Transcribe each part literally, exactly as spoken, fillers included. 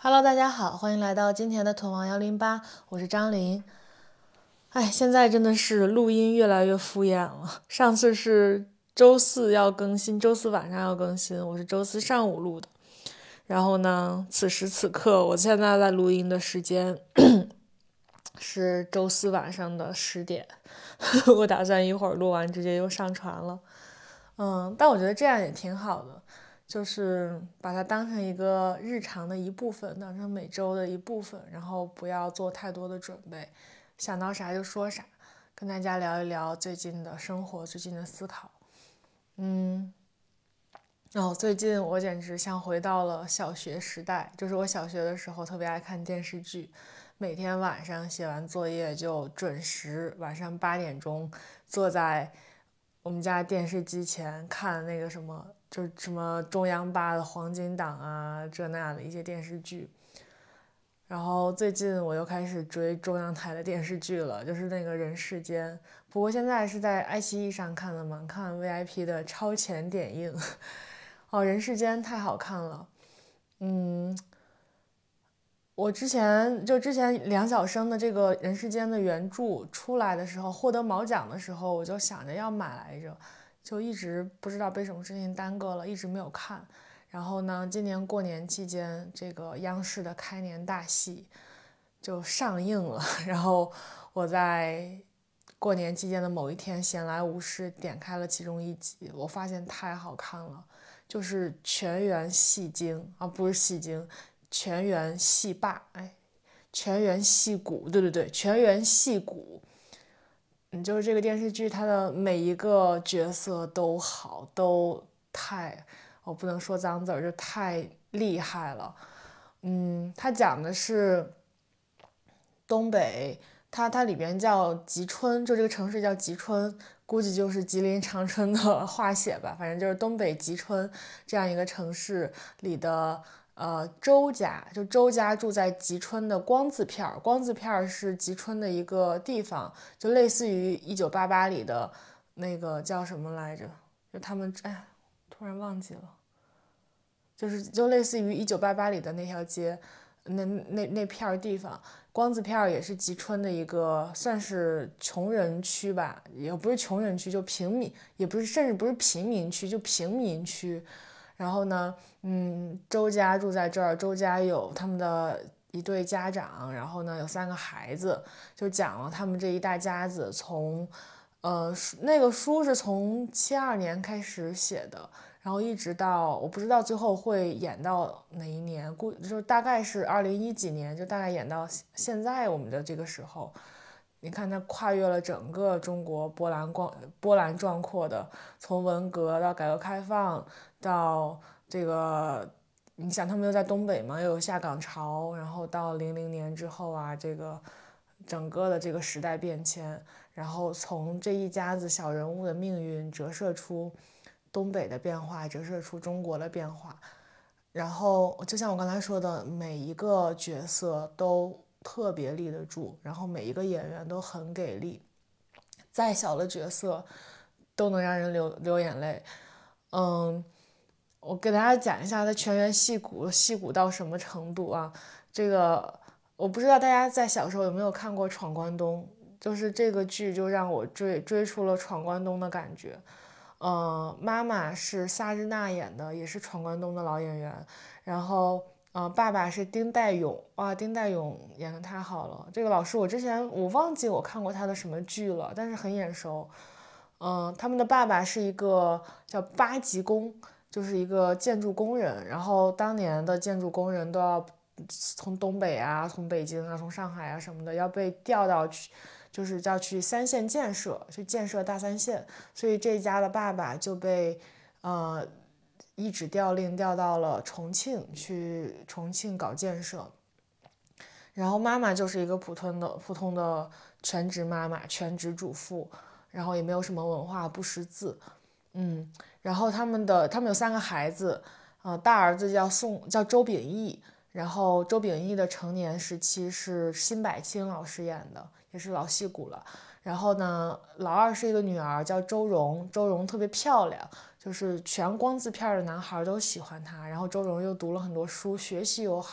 Hello，大家好，欢迎来到今天的屯王幺零八，我是张琳。哎，现在真的是录音越来越敷衍了。上次是周四要更新，周四晚上要更新，我是周四上午录的。然后呢，此时此刻，我现在在录音的时间是周四晚上的十点，我打算一会儿录完直接又上传了。嗯，但我觉得这样也挺好的，就是把它当成一个日常的一部分，当成每周的一部分，然后不要做太多的准备，想到啥就说啥，跟大家聊一聊最近的生活，最近的思考。嗯，哦，最近我简直像回到了小学时代，就是我小学的时候特别爱看电视剧，每天晚上写完作业就准时晚上八点钟坐在我们家电视机前看那个什么，就是什么中央八的黄金档啊，这那的一些电视剧。然后最近我又开始追中央台的电视剧了，就是那个人世间。不过现在是在爱奇艺上看的嘛，看 V I P 的超前点映。哦，人世间太好看了。嗯，我之前就之前梁晓声的这个《人世间》的原著出来的时候，获得毛奖的时候，我就想着要买来着，就一直不知道被什么事情耽搁了，一直没有看。然后呢，今年过年期间，这个央视的开年大戏就上映了，然后我在过年期间的某一天闲来无事点开了其中一集，我发现太好看了，就是全员戏精啊，不是戏精，全员戏霸，哎，全员戏骨，对对对，全员戏骨。嗯，就是这个电视剧，它的每一个角色都好，都太，我不能说脏字儿，就太厉害了。嗯，它讲的是东北，它它里边叫吉春，就这个城市叫吉春，估计就是吉林长春的化写吧，反正就是东北吉春这样一个城市里的呃周家，就周家住在吉春的光字片儿，光字片儿是吉春的一个地方，就类似于一九八八里的那个叫什么来着？就他们哎，突然忘记了。就是就类似于一九八八里的那条街，那那那片地方，光字片也是吉春的一个算是穷人区吧，也不是穷人区，就平民，也不是甚至不是贫民区，就平民区。然后呢，嗯，周家住在这儿，周家有他们的一对家长，然后呢有三个孩子，就讲了他们这一大家子从，呃，那个书是从七二年开始写的。然后一直到我不知道最后会演到哪一年，估就大概是二零一几年，就大概演到现在我们的这个时候。你看，它跨越了整个中国波澜光波澜壮阔的，从文革到改革开放，到这个，你想他们又在东北嘛，又有下岗潮，然后到零零年之后啊，这个整个的这个时代变迁，然后从这一家子小人物的命运折射出东北的变化，折射出中国的变化。然后就像我刚才说的，每一个角色都特别立得住，然后每一个演员都很给力，再小的角色都能让人流流眼泪。嗯，我给大家讲一下它全员戏骨，戏骨到什么程度啊？这个我不知道大家在小时候有没有看过《闯关东》，就是这个剧就让我追追出了闯关东的感觉。呃，妈妈是萨日娜演的，也是闯关东的老演员。然后，呃，爸爸是丁代勇，哇，丁代勇演的太好了。这个老师我之前我忘记我看过他的什么剧了，但是很眼熟。嗯、呃，他们的爸爸是一个叫八级工，就是一个建筑工人。然后当年的建筑工人都要从东北啊，从北京啊，从上海啊什么的，要被调到去，就是要去三线建设，去建设大三线。所以这家的爸爸就被，呃，一纸调令调到了重庆去重庆搞建设。然后妈妈就是一个普通的普通的全职妈妈，全职主妇，然后也没有什么文化，不识字。嗯，然后他们的他们有三个孩子，呃，大儿子叫宋叫周秉义，然后周秉义的成年时期是辛柏青老师演的，也是老戏骨了。然后呢，老二是一个女儿叫周蓉，周蓉特别漂亮，就是全光字片的男孩都喜欢她。然后周蓉又读了很多书，学习又好，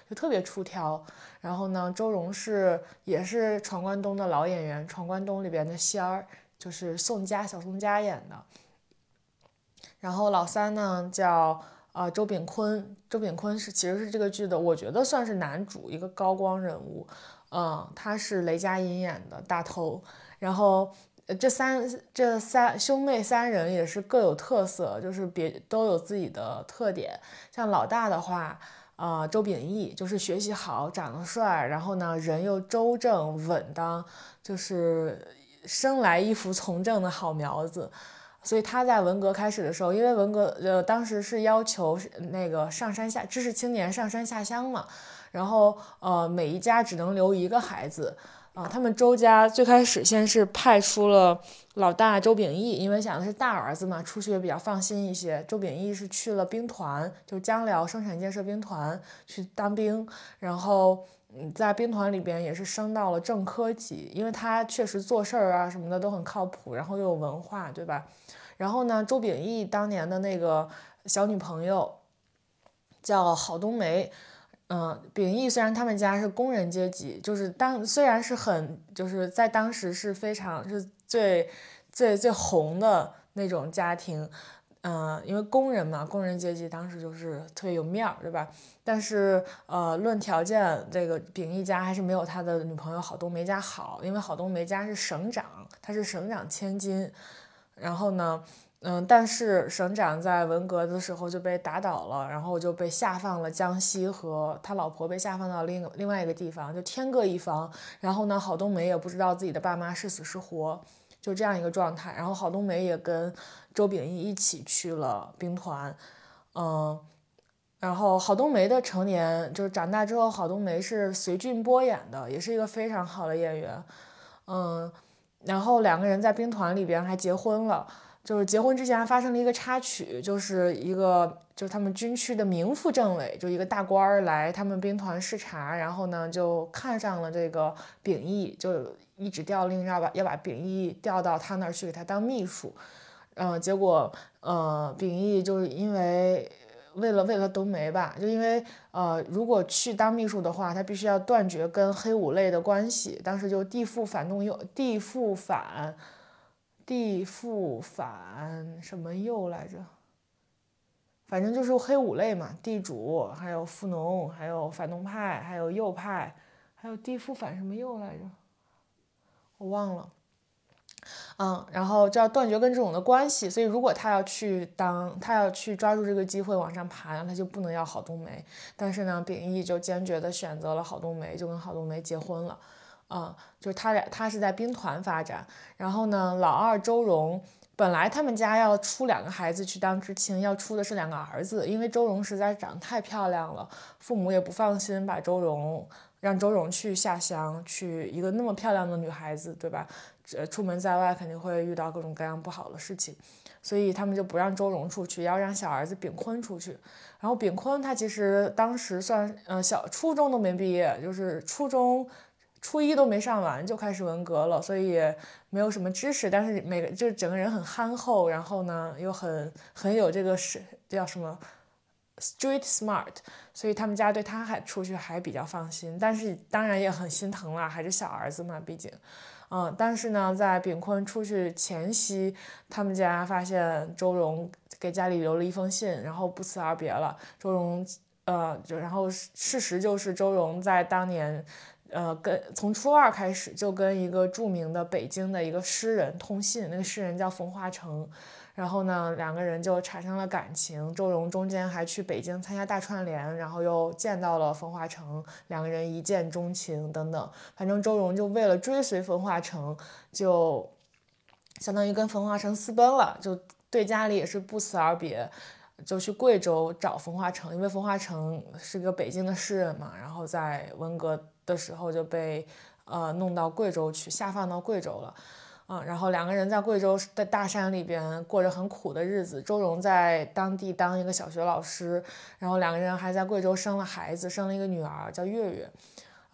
就特别出挑。然后呢，周蓉是也是闯关东的老演员，闯关东里边的仙儿，就是宋佳小宋佳演的。然后老三呢叫呃周秉昆，周秉昆是其实是这个剧的，我觉得算是男主，一个高光人物。嗯，他是雷佳音演的大头。然后这三这三兄妹三人也是各有特色，就是别都有自己的特点。像老大的话，呃，周秉义就是学习好，长得帅，然后呢人又周正稳当，就是生来一副从政的好苗子。所以他在文革开始的时候，因为文革呃当时是要求那个上山下知识青年上山下乡嘛，然后呃每一家只能留一个孩子。啊、呃，他们周家最开始先是派出了老大周秉义，因为想的是大儿子嘛，出去也比较放心一些。周秉义是去了兵团，就江辽生产建设兵团去当兵，然后嗯，在兵团里边也是升到了正科级，因为他确实做事儿啊什么的都很靠谱，然后又有文化，对吧？然后呢，周秉义当年的那个小女朋友叫郝冬梅。嗯，秉义虽然他们家是工人阶级，就是当虽然是很就是在当时是非常是最最最红的那种家庭。嗯，因为工人嘛，工人阶级当时就是特别有面儿，对吧？但是呃，论条件，这个秉义家还是没有他的女朋友郝冬梅家好，因为郝冬梅家是省长，他是省长千金。然后呢，嗯，但是省长在文革的时候就被打倒了，然后就被下放了江西，和他老婆被下放到另另外一个地方，就天各一方。然后呢，郝冬梅也不知道自己的爸妈是死是活，就这样一个状态。然后郝冬梅也跟周秉义一起去了兵团。嗯，然后郝冬梅的成年就是长大之后，郝冬梅是隋俊波演的，也是一个非常好的演员。嗯，然后两个人在兵团里边还结婚了。就是结婚之前还发生了一个插曲，就是一个就是他们军区的名副政委，就一个大官来他们兵团视察，然后呢就看上了这个秉义，就一纸调令要把要把秉义调到他那儿去给他当秘书。嗯、呃，结果呃秉义就是因为为了为了冬梅吧，就因为呃如果去当秘书的话，他必须要断绝跟黑五类的关系，当时就地富反动右地富反。地富反什么右来着？反正就是黑五类嘛，地主，还有富农，还有反动派，还有右派，还有地富反什么右来着？我忘了。嗯，然后就要断绝跟这种的关系，所以如果他要去当，他要去抓住这个机会往上爬，他就不能要郝冬梅。但是呢，秉义就坚决的选择了郝冬梅，就跟郝冬梅结婚了。嗯，就是他俩，他是在兵团发展。然后呢，老二周荣本来他们家要出两个孩子去当知青，要出的是两个儿子，因为周荣实在长得太漂亮了，父母也不放心把周荣让周荣去下乡，去一个那么漂亮的女孩子，对吧？呃，出门在外肯定会遇到各种各样不好的事情，所以他们就不让周荣出去，要让小儿子秉坤出去。然后秉坤他其实当时算呃小初中都没毕业，就是初中初一都没上完就开始文革了，所以也没有什么知识，但是每个就整个人很憨厚，然后呢又很很有这个是叫什么 street smart， 所以他们家对他还出去还比较放心，但是当然也很心疼啦，还是小儿子嘛，毕竟。嗯，但是呢，在秉坤出去前夕，他们家发现周荣给家里留了一封信，然后不辞而别了。周荣，呃，就然后事实就是周荣在当年，呃，跟从初二开始就跟一个著名的北京的一个诗人通信，那个诗人叫冯华成。然后呢，两个人就产生了感情。周荣中间还去北京参加大串联，然后又见到了冯华成，两个人一见钟情等等。反正周荣就为了追随冯华成，就相当于跟冯华成私奔了，就对家里也是不辞而别，就去贵州找冯华成，因为冯华成是个北京的诗人嘛，然后在文革的时候就被呃弄到贵州去，下放到贵州了。嗯，然后两个人在贵州的大山里边过着很苦的日子。周荣在当地当一个小学老师，然后两个人还在贵州生了孩子，生了一个女儿叫月月。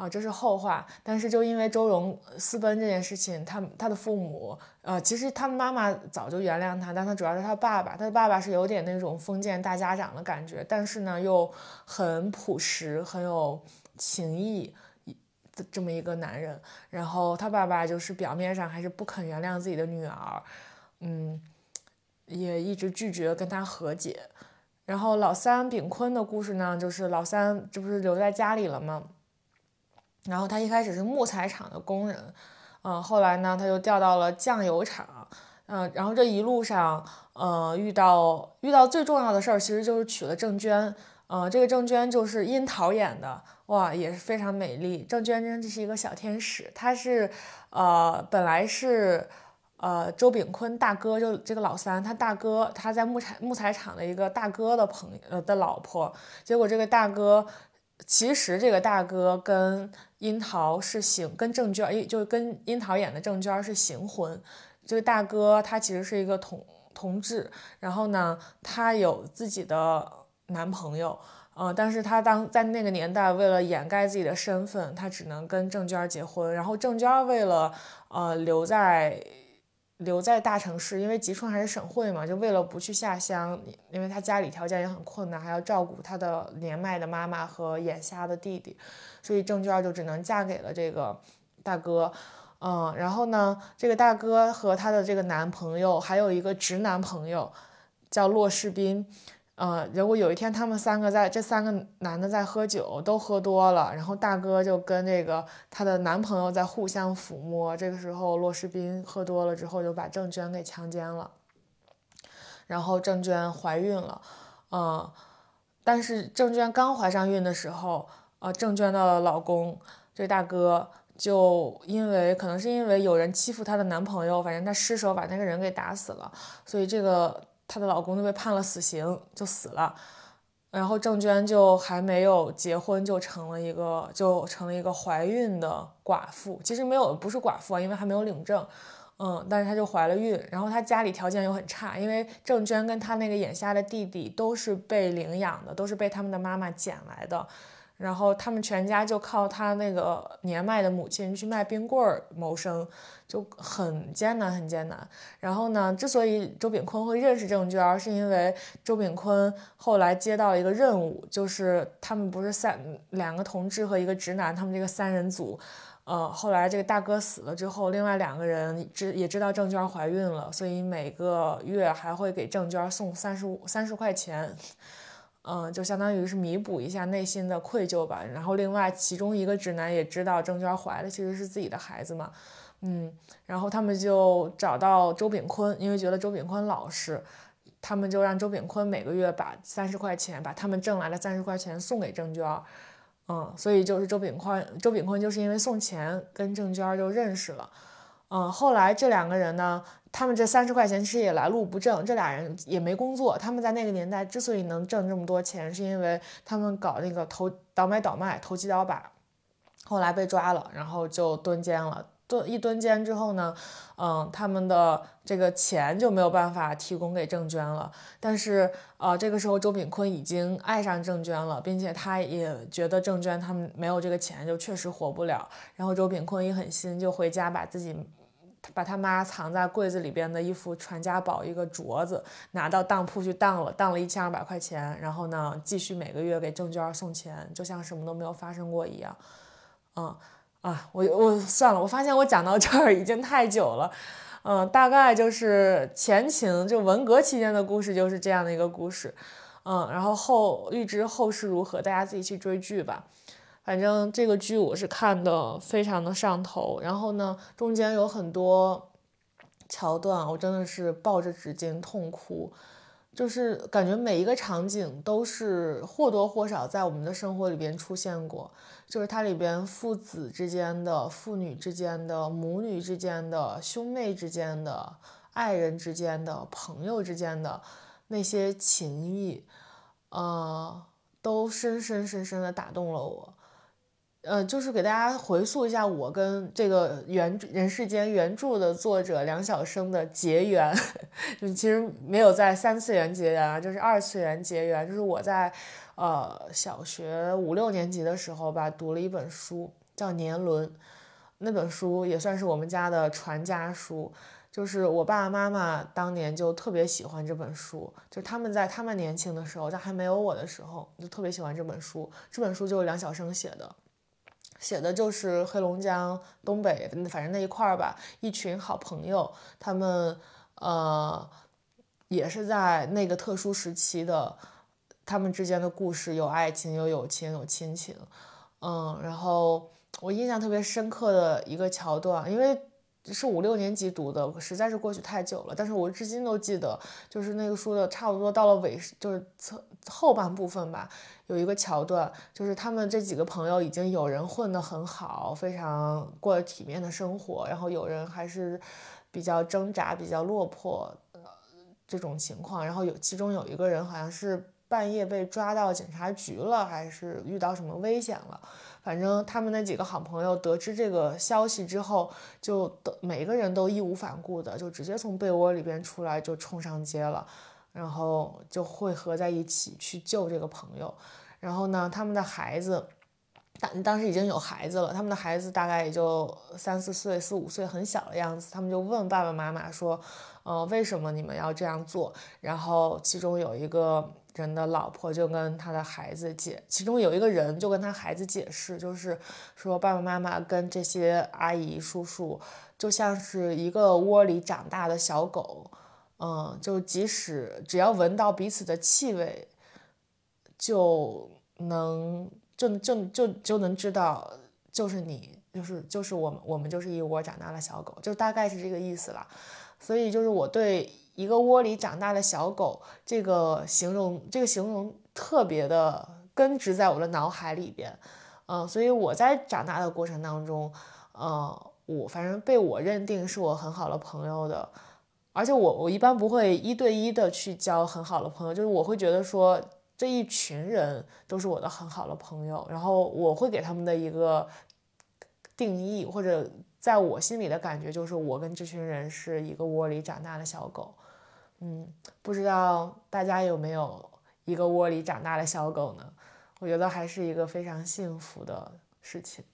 啊，这是后话。但是就因为周蓉私奔这件事情，他他的父母，呃，其实他妈妈早就原谅他，但他主要是他爸爸，他的爸爸是有点那种封建大家长的感觉，但是呢又很朴实，很有情义。这么一个男人，然后他爸爸就是表面上还是不肯原谅自己的女儿，嗯，也一直拒绝跟他和解。然后老三炳坤的故事呢，就是老三这不是留在家里了吗？然后他一开始是木材厂的工人，嗯、呃，后来呢他就调到了酱油厂，嗯、呃，然后这一路上，呃，遇到遇到最重要的事儿，其实就是娶了郑娟。呃，这个郑娟就是樱桃演的，哇，也是非常美丽。郑娟真的是一个小天使，她是，呃，本来是，呃，周炳坤大哥，就这个老三，他大哥他在木材木材厂的一个大哥的朋友呃的老婆，结果这个大哥，其实这个大哥跟樱桃是行，跟郑娟，就是跟樱桃演的郑娟是行婚。这个大哥他其实是一个同同志，然后呢，他有自己的男朋友，呃，但是他当在那个年代，为了掩盖自己的身份，他只能跟郑娟结婚。然后郑娟为了呃留在留在大城市，因为吉春还是省会嘛，就为了不去下乡，因为他家里条件也很困难，还要照顾他的年迈的妈妈和眼瞎的弟弟，所以郑娟就只能嫁给了这个大哥。嗯，然后呢，这个大哥和他的这个男朋友还有一个直男朋友叫骆世斌。呃，如果有一天他们三个在这三个男的在喝酒，都喝多了，然后大哥就跟这个他的男朋友在互相抚摸，这个时候骆世斌喝多了之后就把郑娟给强奸了，然后郑娟怀孕了，嗯，但是郑娟刚怀上孕的时候，呃，郑娟的老公这大哥就因为可能是因为有人欺负她的男朋友，反正他失手把那个人给打死了，所以这个她的老公就被判了死刑，就死了。然后郑娟就还没有结婚，就成了一个就成了一个怀孕的寡妇。其实没有，不是寡妇啊，因为还没有领证。嗯，但是她就怀了孕，然后她家里条件又很差，因为郑娟跟她那个眼瞎的弟弟都是被领养的，都是被他们的妈妈捡来的。然后他们全家就靠他那个年迈的母亲去卖冰棍儿谋生，就很艰难很艰难。然后呢，之所以周炳坤会认识郑娟，是因为周炳坤后来接到了一个任务，就是他们不是三两个同志和一个直男，他们这个三人组。呃，后来这个大哥死了之后，另外两个人知也知道郑娟怀孕了，所以每个月还会给郑娟送三十五三十块钱。嗯，就相当于是弥补一下内心的愧疚吧。然后另外其中一个直男也知道郑娟怀的其实是自己的孩子嘛，嗯，然后他们就找到周炳坤，因为觉得周炳坤老实，他们就让周炳坤每个月把三十块钱，把他们挣来的三十块钱送给郑娟，嗯，所以就是周炳坤，周炳坤就是因为送钱跟郑娟就认识了。嗯，后来这两个人呢，他们这三十块钱其实也来路不正，这俩人也没工作。他们在那个年代之所以能挣这么多钱，是因为他们搞那个投倒买倒卖、投机倒把，后来被抓了，然后就蹲监了。蹲一蹲监之后呢，嗯，他们的这个钱就没有办法提供给郑娟了。但是，呃，这个时候周炳坤已经爱上郑娟了，并且他也觉得郑娟他们没有这个钱就确实活不了。然后周炳坤一狠心就回家把自己。把他妈藏在柜子里边的一副传家宝一个镯子拿到当铺去当了，当了一千二百块钱，然后呢继续每个月给郑娟送钱，就像什么都没有发生过一样。嗯啊，我我算了，我发现我讲到这儿已经太久了。嗯，大概就是前情，就文革期间的故事就是这样的一个故事。嗯，然后后预知后事如何，大家自己去追剧吧。反正这个剧我是看的非常的上头，然后呢，中间有很多桥段，我真的是抱着纸巾痛哭，就是感觉每一个场景都是或多或少在我们的生活里边出现过，就是它里边父子之间的、父女之间的、母女之间的、兄妹之间的、爱人之间的、朋友之间的那些情谊，呃，都深深深深的打动了我。呃，就是给大家回溯一下我跟这个原人世间原著的作者梁晓声的结缘，就其实没有在三次元结缘啊，就是二次元结缘。就是我在呃小学五六年级的时候吧，读了一本书， 叫《年轮》，那本书也算是我们家的传家书。就是我爸爸妈妈当年就特别喜欢这本书，就他们在他们年轻的时候，在还没有我的时候，就特别喜欢这本书。这本书就是梁晓声写的，写的就是黑龙江东北，反正那一块儿吧，一群好朋友，他们呃也是在那个特殊时期的，他们之间的故事，有爱情，有友情，有亲情。嗯，然后我印象特别深刻的一个桥段，因为是五六年级读的，实在是过去太久了，但是我至今都记得，就是那个书的差不多到了尾，就是后半部分吧，有一个桥段，就是他们这几个朋友已经有人混得很好，非常过得体面的生活，然后有人还是比较挣扎、比较落魄的这种情况，然后有其中有一个人好像是半夜被抓到警察局了，还是遇到什么危险了。反正他们那几个好朋友得知这个消息之后，就每个人都义无反顾的，就直接从被窝里边出来，就冲上街了，然后就汇合在一起去救这个朋友。然后呢，他们的孩子，当当时已经有孩子了，他们的孩子大概也就三四岁、四五岁，很小的样子。他们就问爸爸妈妈说：“呃，为什么你们要这样做？”然后其中有一个人的老婆就跟他的孩子解，其中有一个人就跟他孩子解释，就是说爸爸妈妈跟这些阿姨叔叔就像是一个窝里长大的小狗，嗯，就即使只要闻到彼此的气味，就能就就就就能知道就是你，就是就是我们我们就是一窝长大的小狗，就大概是这个意思了。所以就是我对一个窝里长大的小狗这个形容，这个形容特别的根植在我的脑海里边。嗯，所以我在长大的过程当中，呃，我反正被我认定是我很好的朋友的。而且我我一般不会一对一的去交很好的朋友，就是我会觉得说这一群人都是我的很好的朋友，然后我会给他们的一个定义，或者在我心里的感觉就是我跟这群人是一个窝里长大的小狗。嗯，不知道大家有没有一个窝里长大的小狗呢？我觉得还是一个非常幸福的事情。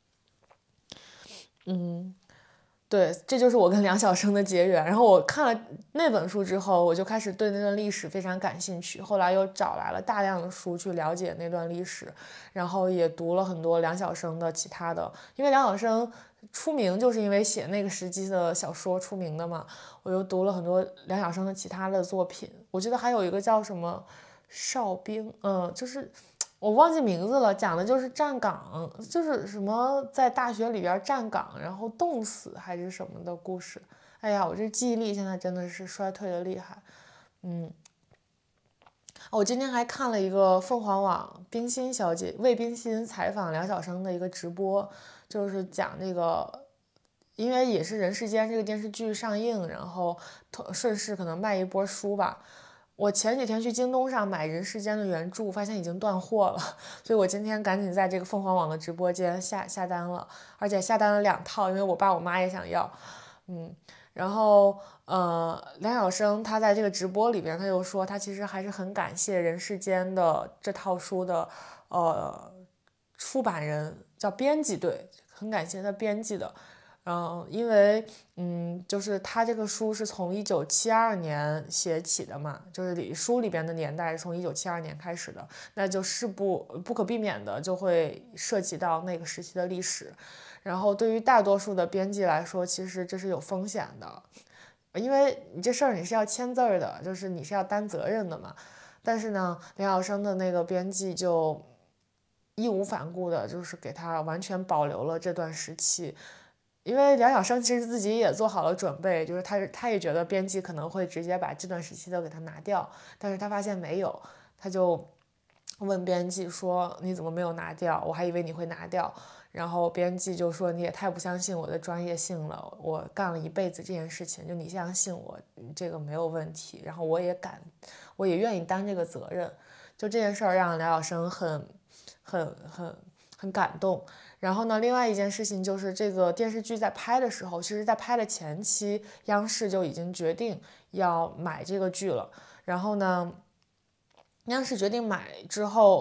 嗯。对，这就是我跟梁晓声的结缘。然后我看了那本书之后，我就开始对那段历史非常感兴趣。后来又找来了大量的书去了解那段历史，然后也读了很多梁晓声的其他的，因为梁晓声出名就是因为写那个时期的小说出名的嘛。我又读了很多梁晓声的其他的作品，我记得还有一个叫什么哨兵，嗯，就是我忘记名字了，讲的就是站岗，就是什么在大学里边站岗，然后冻死还是什么的故事。哎呀，我这记忆力现在真的是衰退的厉害。嗯，我今天还看了一个凤凰网冰心小姐魏冰心采访梁晓声的一个直播，就是讲那个，因为也是人世间这个电视剧上映，然后顺势可能卖一波书吧。我前几天去京东上买《人世间》的原著，发现已经断货了，所以我今天赶紧在这个凤凰网的直播间下下单了，而且下单了两套，因为我爸我妈也想要。嗯，然后呃，梁晓声他在这个直播里边，他又说他其实还是很感谢《人世间》的这套书的呃出版人，叫编辑，对，很感谢他编辑的。嗯，因为嗯，就是他这个书是从一九七二年写起的嘛，就是里书里边的年代是从一九七二年开始的，那就是不不可避免的就会涉及到那个时期的历史。然后对于大多数的编辑来说，其实这是有风险的，因为你这事儿你是要签字的，就是你是要担责任的嘛。但是呢，梁晓声的那个编辑就义无反顾的，就是给他完全保留了这段时期。因为梁晓声其实自己也做好了准备，就是他他也觉得编辑可能会直接把这段时期都给他拿掉，但是他发现没有，他就问编辑说你怎么没有拿掉？我还以为你会拿掉。然后编辑就说你也太不相信我的专业性了，我干了一辈子这件事情，就你相信我这个没有问题，然后我也敢，我也愿意担这个责任。就这件事儿让梁晓声很很很很感动。然后呢，另外一件事情就是这个电视剧在拍的时候，其实在拍的前期，央视就已经决定要买这个剧了。然后呢，央视决定买之后，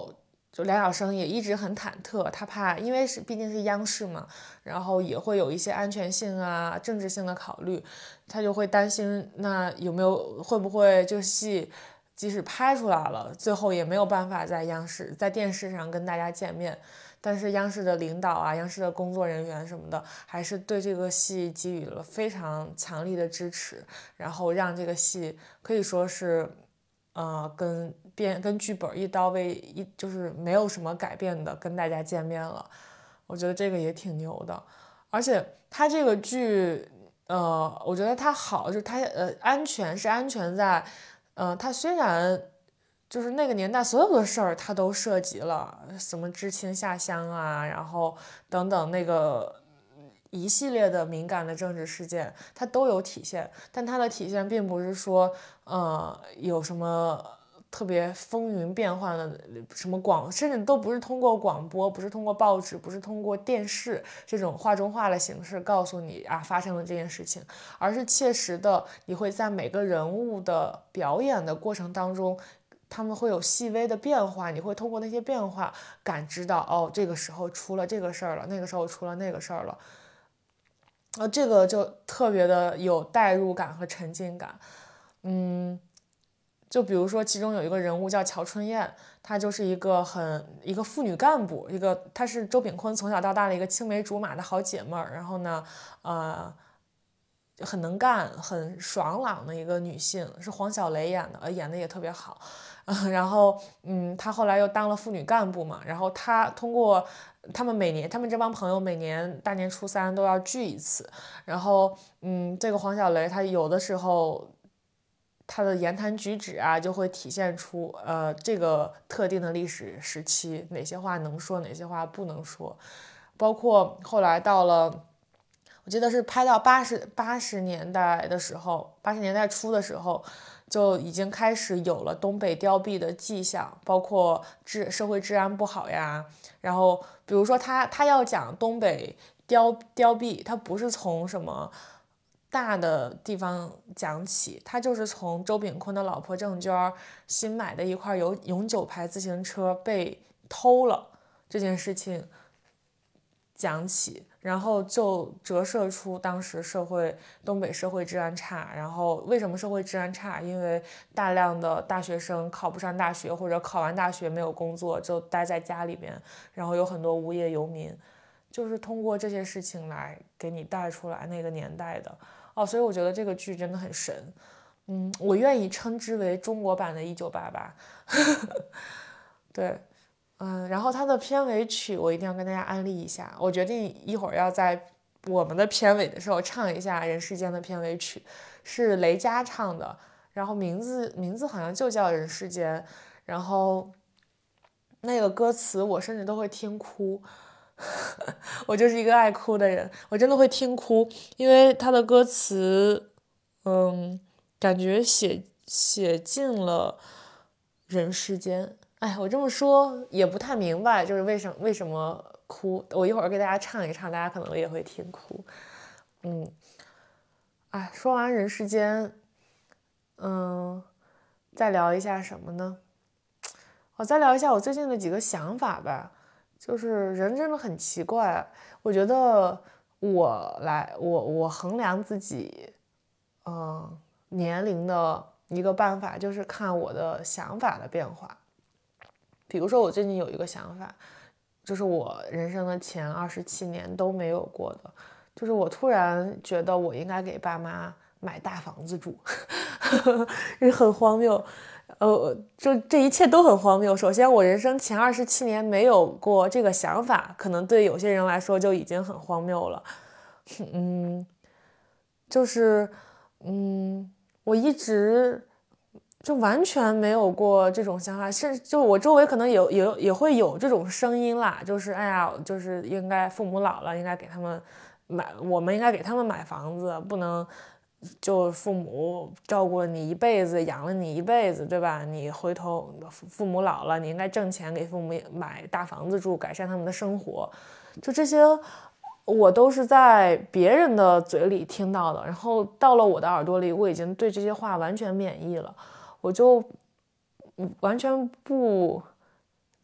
就梁晓声也一直很忐忑，他怕，因为是毕竟是央视嘛，然后也会有一些安全性啊、政治性的考虑，他就会担心，那有没有会不会这个戏即使拍出来了，最后也没有办法在央视在电视上跟大家见面。但是央视的领导啊、央视的工作人员什么的，还是对这个戏给予了非常强力的支持，然后让这个戏可以说是。呃，跟变跟剧本一刀未一就是没有什么改变的跟大家见面了，我觉得这个也挺牛的，而且它这个剧，呃，我觉得它好，就是它呃安全是安全在，呃，它虽然就是那个年代所有的事儿它都涉及了，什么知青下乡啊，然后等等那个。一系列的敏感的政治事件，它都有体现，但它的体现并不是说，呃，有什么特别风云变幻的什么广，甚至都不是通过广播，不是通过报纸，不是通过电视这种画中画的形式告诉你啊发生了这件事情，而是切实的，你会在每个人物的表演的过程当中。他们会有细微的变化，你会通过那些变化感知到，哦，这个时候出了这个事儿了，那个时候出了那个事儿了。呃，这个就特别的有代入感和沉浸感，嗯，就比如说其中有一个人物叫乔春燕，她就是一个很一个妇女干部，一个她是周秉昆从小到大的一个青梅竹马的好姐妹儿，然后呢，呃，很能干、很爽朗的一个女性，是黄小雷演的，呃，演的也特别好，嗯，然后嗯，她后来又当了妇女干部嘛，然后她通过。他们每年，他们这帮朋友每年大年初三都要聚一次，然后，嗯，这个黄小雷他有的时候，他的言谈举止啊，就会体现出，呃，这个特定的历史时期哪些话能说，哪些话不能说，包括后来到了，我记得是拍到八十八十年代的时候，八十年代初的时候。就已经开始有了东北凋敝的迹象，包括治社会治安不好呀。然后比如说他他要讲东北凋凋敝，他不是从什么大的地方讲起，他就是从周秉昆的老婆郑娟新买的一块有永久牌自行车被偷了这件事情讲起，然后就折射出当时社会东北社会治安差，然后为什么社会治安差？因为大量的大学生考不上大学，或者考完大学没有工作，就待在家里面，然后有很多无业游民，就是通过这些事情来给你带出来那个年代的哦，所以我觉得这个剧真的很神，嗯，我愿意称之为中国版的一九八八，对。嗯，然后它的片尾曲我一定要跟大家安利一下，我决定一会儿要在我们的片尾的时候唱一下《人世间》的片尾曲，是雷佳唱的，然后名字名字好像就叫《人世间》，然后那个歌词我甚至都会听哭，我就是一个爱哭的人，我真的会听哭，因为它的歌词，嗯，感觉写写进了人世间。哎，我这么说也不太明白，就是为什么为什么哭？我一会儿给大家唱一唱，大家可能也会听哭。嗯，哎，说完人世间，嗯，再聊一下什么呢？我再聊一下我最近的几个想法吧。就是人真的很奇怪，我觉得我来我我衡量自己，嗯，年龄的一个办法就是看我的想法的变化。比如说我最近有一个想法，就是我人生的前二十七年都没有过的，就是我突然觉得我应该给爸妈买大房子住，也很荒谬。呃，就这一切都很荒谬。首先，我人生前二十七年没有过这个想法，可能对有些人来说就已经很荒谬了。嗯，就是，嗯，我一直就完全没有过这种想法，甚至就我周围可能有有也会有这种声音啦，就是哎呀，就是应该父母老了，应该给他们买，我们应该给他们买房子，不能。就父母照顾了你一辈子，养了你一辈子，对吧？你回头父母老了，你应该挣钱给父母买大房子住，改善他们的生活。就这些，我都是在别人的嘴里听到的，然后到了我的耳朵里，我已经对这些话完全免疫了，我就完全不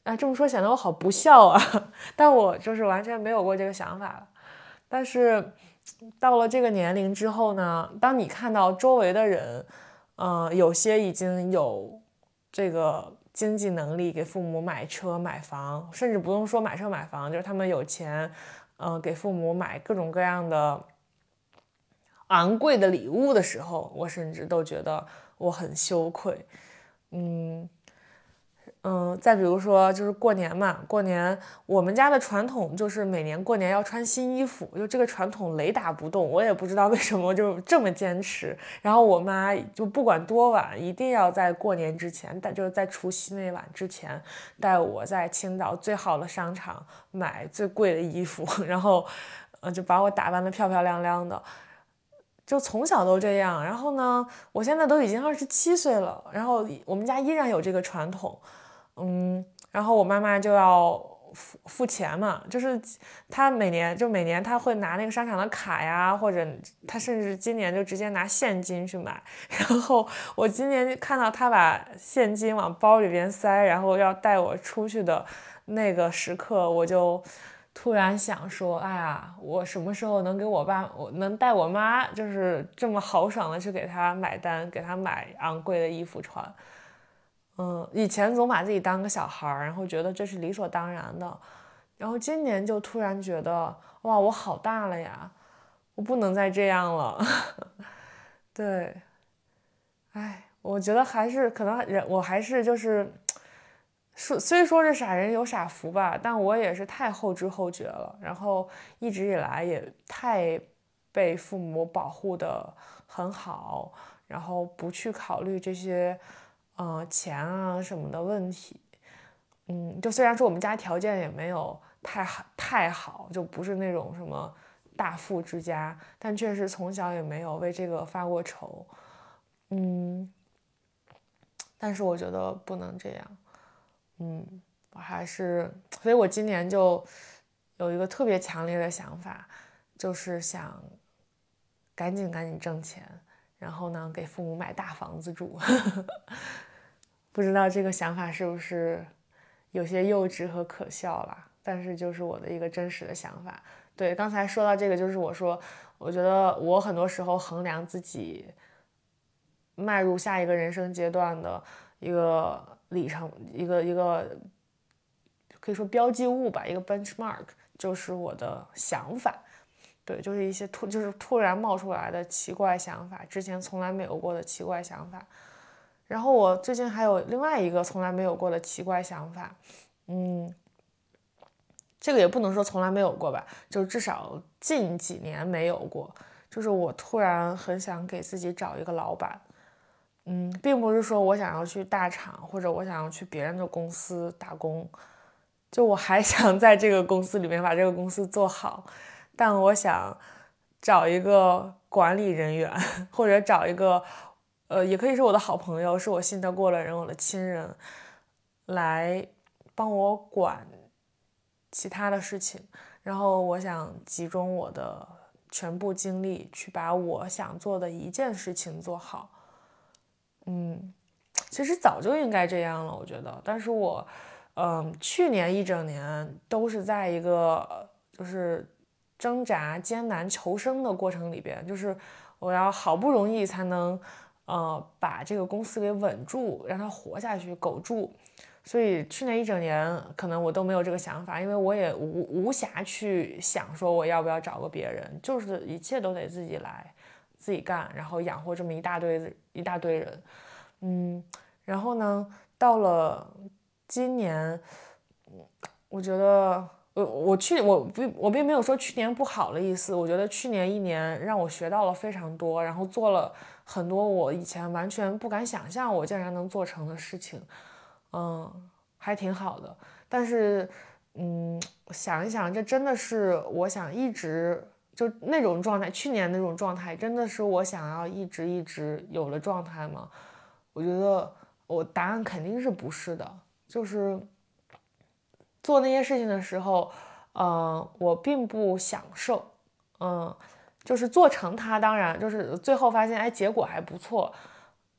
啊，这么说显得我好不孝啊，但我就是完全没有过这个想法了。但是到了这个年龄之后呢，当你看到周围的人，呃，有些已经有这个经济能力给父母买车买房，甚至不用说买车买房，就是他们有钱，呃，给父母买各种各样的昂贵的礼物的时候，我甚至都觉得我很羞愧。嗯嗯，再比如说就是过年嘛，过年我们家的传统就是每年过年要穿新衣服，就这个传统雷打不动，我也不知道为什么就这么坚持。然后我妈就不管多晚，一定要在过年之前，但就是在除夕那晚之前，带我在青岛最好的商场买最贵的衣服，然后呃就把我打扮得漂漂亮亮的。就从小都这样，然后呢，我现在都已经二十七岁了，然后我们家依然有这个传统。嗯，然后我妈妈就要付付钱嘛，就是她每年就每年她会拿那个商场的卡呀，或者她甚至今年就直接拿现金去买。然后我今年看到她把现金往包里边塞，然后要带我出去的那个时刻，我就突然想说，哎呀，我什么时候能给我爸，我能带我妈，就是这么豪爽的去给她买单，给她买昂贵的衣服穿。嗯，以前总把自己当个小孩，然后觉得这是理所当然的，然后今年就突然觉得，哇，我好大了呀，我不能再这样了。对，哎，我觉得还是可能人，我还是就是说，虽说是傻人有傻福吧，但我也是太后知后觉了，然后一直以来也太被父母保护的很好，然后不去考虑这些，呃，钱啊什么的问题。嗯，就虽然说我们家条件也没有太好太好，就不是那种什么大富之家，但确实从小也没有为这个发过愁。嗯，但是我觉得不能这样。嗯，我还是，所以我今年就有一个特别强烈的想法，就是想赶紧赶紧挣钱，然后呢给父母买大房子住。不知道这个想法是不是有些幼稚和可笑啦，但是就是我的一个真实的想法。对，刚才说到这个，就是我说，我觉得我很多时候衡量自己迈入下一个人生阶段的一个里程，一个一个可以说标记物吧，一个 benchmark，就是我的想法。对，就是一些突就是突然冒出来的奇怪想法，之前从来没有过的奇怪想法。然后我最近还有另外一个从来没有过的奇怪想法，嗯，这个也不能说从来没有过吧，就至少近几年没有过。就是我突然很想给自己找一个老板，嗯，并不是说我想要去大厂或者我想要去别人的公司打工，就我还想在这个公司里面把这个公司做好，但我想找一个管理人员，或者找一个，呃，也可以是我的好朋友，是我信得过的人，我的亲人，来帮我管其他的事情，然后我想集中我的全部精力去把我想做的一件事情做好。嗯，其实早就应该这样了，我觉得，但是我，嗯，去年一整年都是在一个就是挣扎、艰难求生的过程里边，就是我要好不容易才能，呃，把这个公司给稳住，让它活下去、苟住。所以去年一整年，可能我都没有这个想法，因为我也无无暇去想说我要不要找个别人，就是一切都得自己来，自己干，然后养活这么一大堆一大堆人。嗯，然后呢，到了今年，我觉得，我我去我并我并没有说去年不好的意思，我觉得去年一年让我学到了非常多，然后做了很多我以前完全不敢想象我竟然能做成的事情，嗯，还挺好的。但是，嗯，想一想，这真的是我想一直就那种状态，去年那种状态，真的是我想要一直一直有的状态吗？我觉得我答案肯定是不是的，就是做那些事情的时候，嗯，我并不享受，嗯，就是做成它，当然就是最后发现，哎，结果还不错，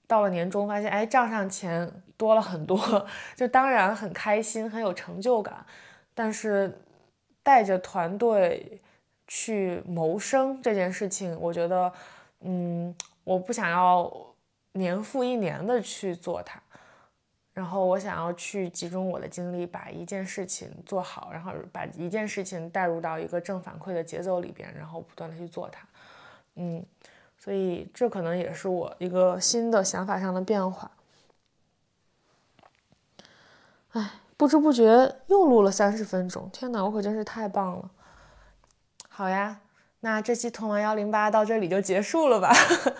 到了年终发现，哎，账上钱多了很多，就当然很开心，很有成就感。但是带着团队去谋生这件事情，我觉得，嗯，我不想要年复一年的去做它。然后我想要去集中我的精力，把一件事情做好，然后把一件事情带入到一个正反馈的节奏里边，然后不断的去做它。嗯，所以这可能也是我一个新的想法上的变化。哎，不知不觉又录了三十分钟，天哪，我可真是太棒了。好呀，那这期通玩幺零八到这里就结束了吧？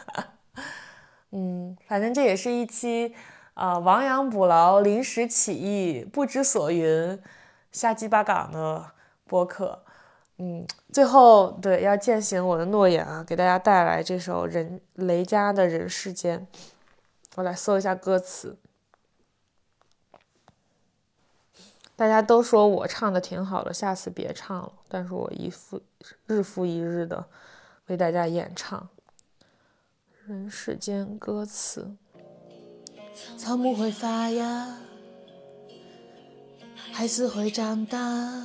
嗯，反正这也是一期呃亡羊补牢、临时起意、不知所云、瞎鸡巴杠的播客。嗯，最后对要践行我的诺言啊，给大家带来这首人雷佳的《人世间》。我来搜一下歌词。大家都说我唱的挺好的，下次别唱了。但是我一复日复一日的为大家演唱《人世间》歌词。草木会发芽，孩子会长大，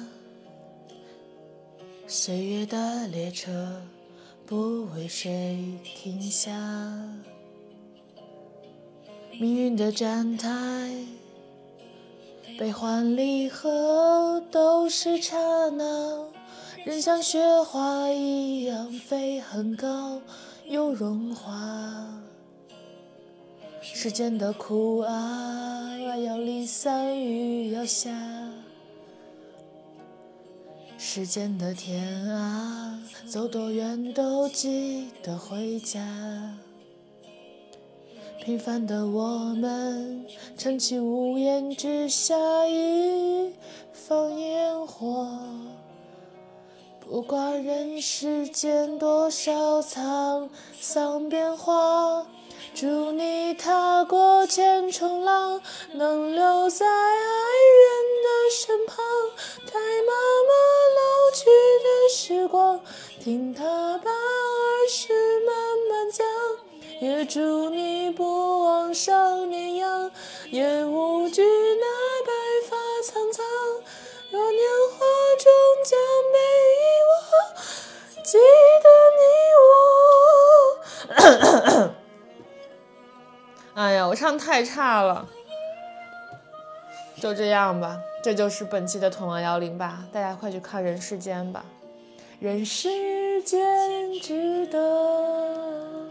岁月的列车不为谁停下，命运的站台悲欢离合都是刹那，人像雪花一样飞很高又融化，世间的苦啊要离散雨要下，世间的天啊走多远都记得回家，平凡的我们撑起屋檐之下一放烟火，不管人世间多少沧桑变化，祝你踏过千重浪，能留在爱人的身旁，带妈妈老去的时光，听她把儿时慢慢讲，也祝你不忘少年样，也无惧那白发苍苍，若年华终将被遗忘，记得你我哎呀，我唱太差了，就这样吧。这就是本期的童玩幺零八，大家快去看人世间吧，人世间值得。